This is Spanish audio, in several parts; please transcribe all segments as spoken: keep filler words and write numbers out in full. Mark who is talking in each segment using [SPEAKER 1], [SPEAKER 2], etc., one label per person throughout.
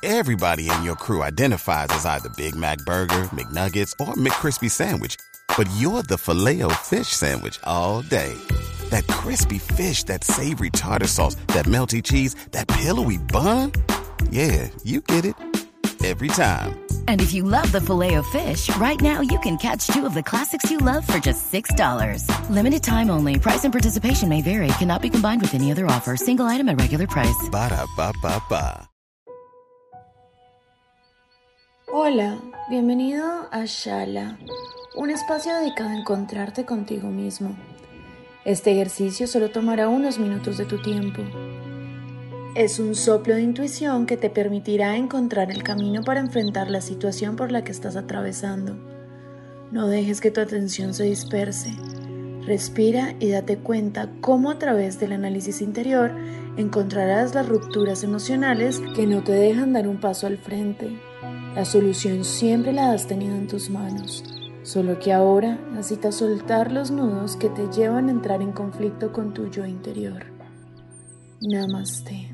[SPEAKER 1] Everybody in your crew identifies as either Big Mac Burger, McNuggets, or McCrispy Sandwich. But you're the Filet-O-Fish Sandwich all day. That crispy fish, that savory tartar sauce, that melty cheese, that pillowy bun. Yeah, you get it. Every time.
[SPEAKER 2] And if you love the Filet-O-Fish, right now you can catch two of the classics you love for just six dollars. Limited time only. Price and participation may vary. Cannot be combined with any other offer. Single item at regular price.
[SPEAKER 1] Ba-da-ba-ba-ba.
[SPEAKER 3] Hola, bienvenido a Shala, un espacio dedicado a encontrarte contigo mismo. Este ejercicio solo tomará unos minutos de tu tiempo. Es un soplo de intuición que te permitirá encontrar el camino para enfrentar la situación por la que estás atravesando. No dejes que tu atención se disperse. Respira y date cuenta cómo a través del análisis interior encontrarás las rupturas emocionales que no te dejan dar un paso al frente. La solución siempre la has tenido en tus manos, solo que ahora necesitas soltar los nudos que te llevan a entrar en conflicto con tu yo interior. Namaste.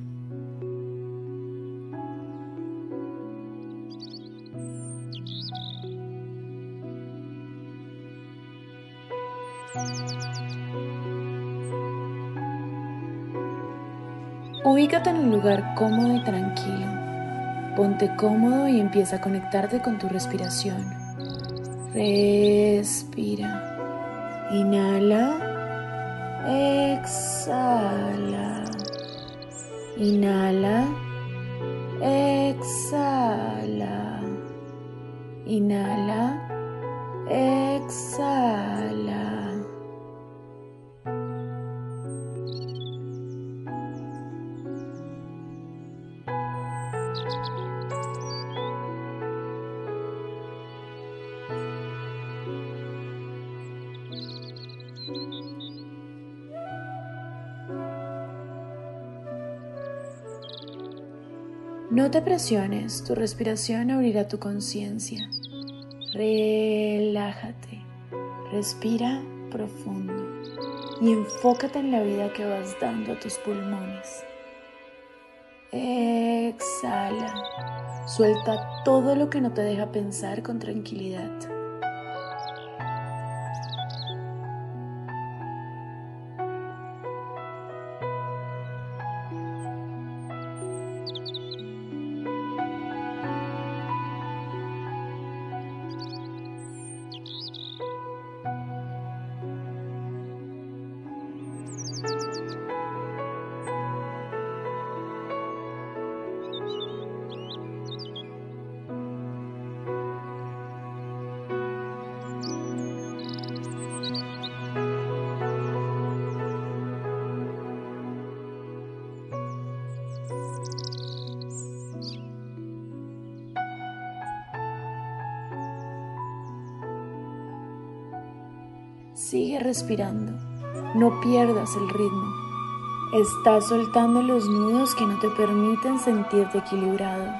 [SPEAKER 3] Ubícate en un lugar cómodo y tranquilo. Ponte cómodo y empieza a conectarte con tu respiración. Respira. Inhala. Exhala. Inhala. Exhala. Inhala. Exhala. No te presiones, tu respiración abrirá tu conciencia. Relájate, respira profundo y enfócate en la vida que vas dando a tus pulmones. Exhala, suelta todo lo que no te deja pensar con tranquilidad. Sigue respirando, no pierdas el ritmo. Estás soltando los nudos que no te permiten sentirte equilibrado.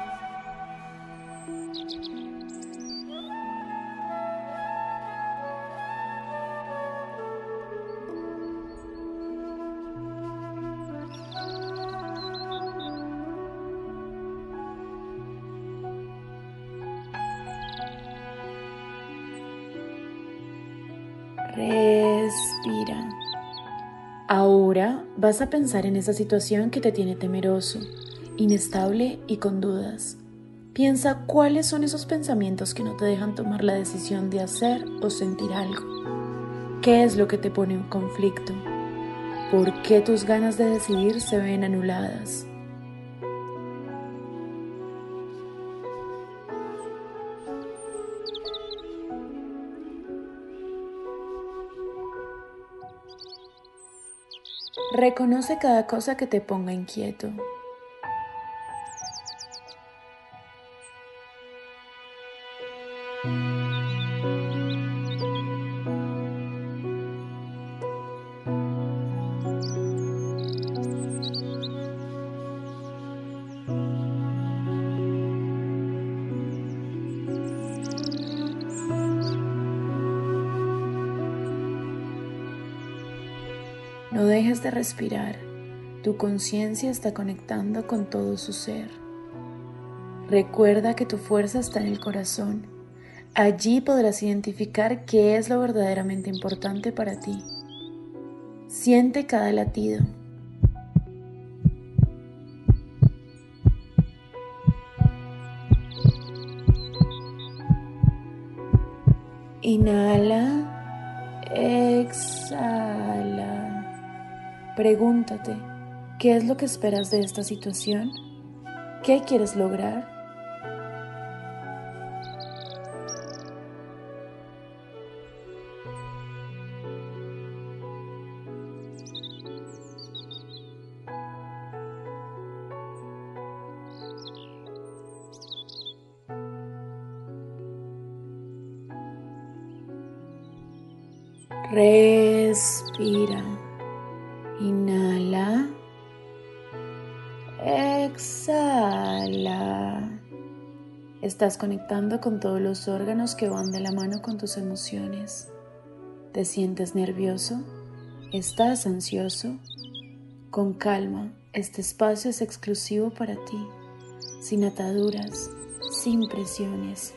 [SPEAKER 3] Respira. Ahora vas a pensar en esa situación que te tiene temeroso, inestable y con dudas. Piensa cuáles son esos pensamientos que no te dejan tomar la decisión de hacer o sentir algo. ¿Qué es lo que te pone en conflicto? ¿Por qué tus ganas de decidir se ven anuladas? Reconoce cada cosa que te ponga inquieto. No dejes de respirar. Tu conciencia está conectando con todo su ser. Recuerda que tu fuerza está en el corazón. Allí podrás identificar qué es lo verdaderamente importante para ti. Siente cada latido. Inhala, exhala. Pregúntate, ¿qué es lo que esperas de esta situación? ¿Qué quieres lograr? Respira. Inhala. Exhala. Estás conectando con todos los órganos que van de la mano con tus emociones. ¿Te sientes nervioso? ¿Estás ansioso? Con calma, este espacio es exclusivo para ti, sin ataduras, sin presiones.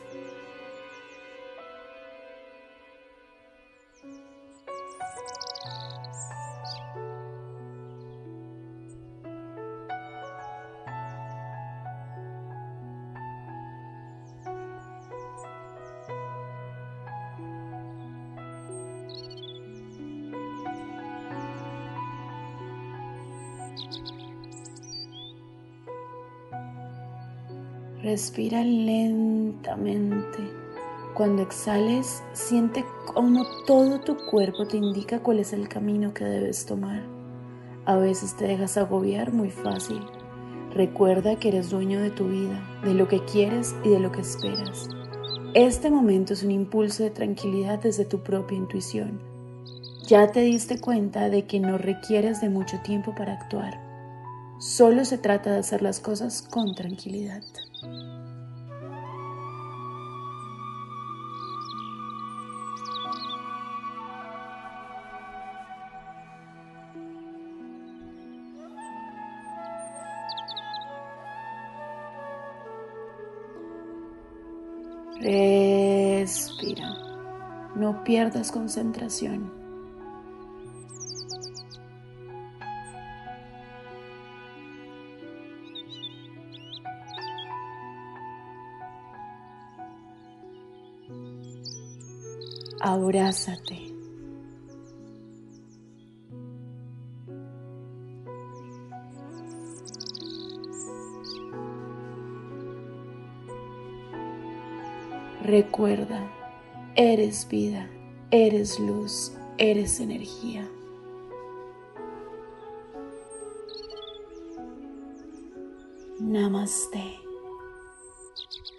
[SPEAKER 3] Respira lentamente. Cuando exhales, siente cómo todo tu cuerpo te indica cuál es el camino que debes tomar. A veces te dejas agobiar muy fácil. Recuerda que eres dueño de tu vida, de lo que quieres y de lo que esperas. Este momento es un impulso de tranquilidad desde tu propia intuición. Ya te diste cuenta de que no requieres de mucho tiempo para actuar. Solo se trata de hacer las cosas con tranquilidad. Respira. No pierdas concentración. Abrázate. Recuerda, eres vida, eres luz, eres energía. Namaste.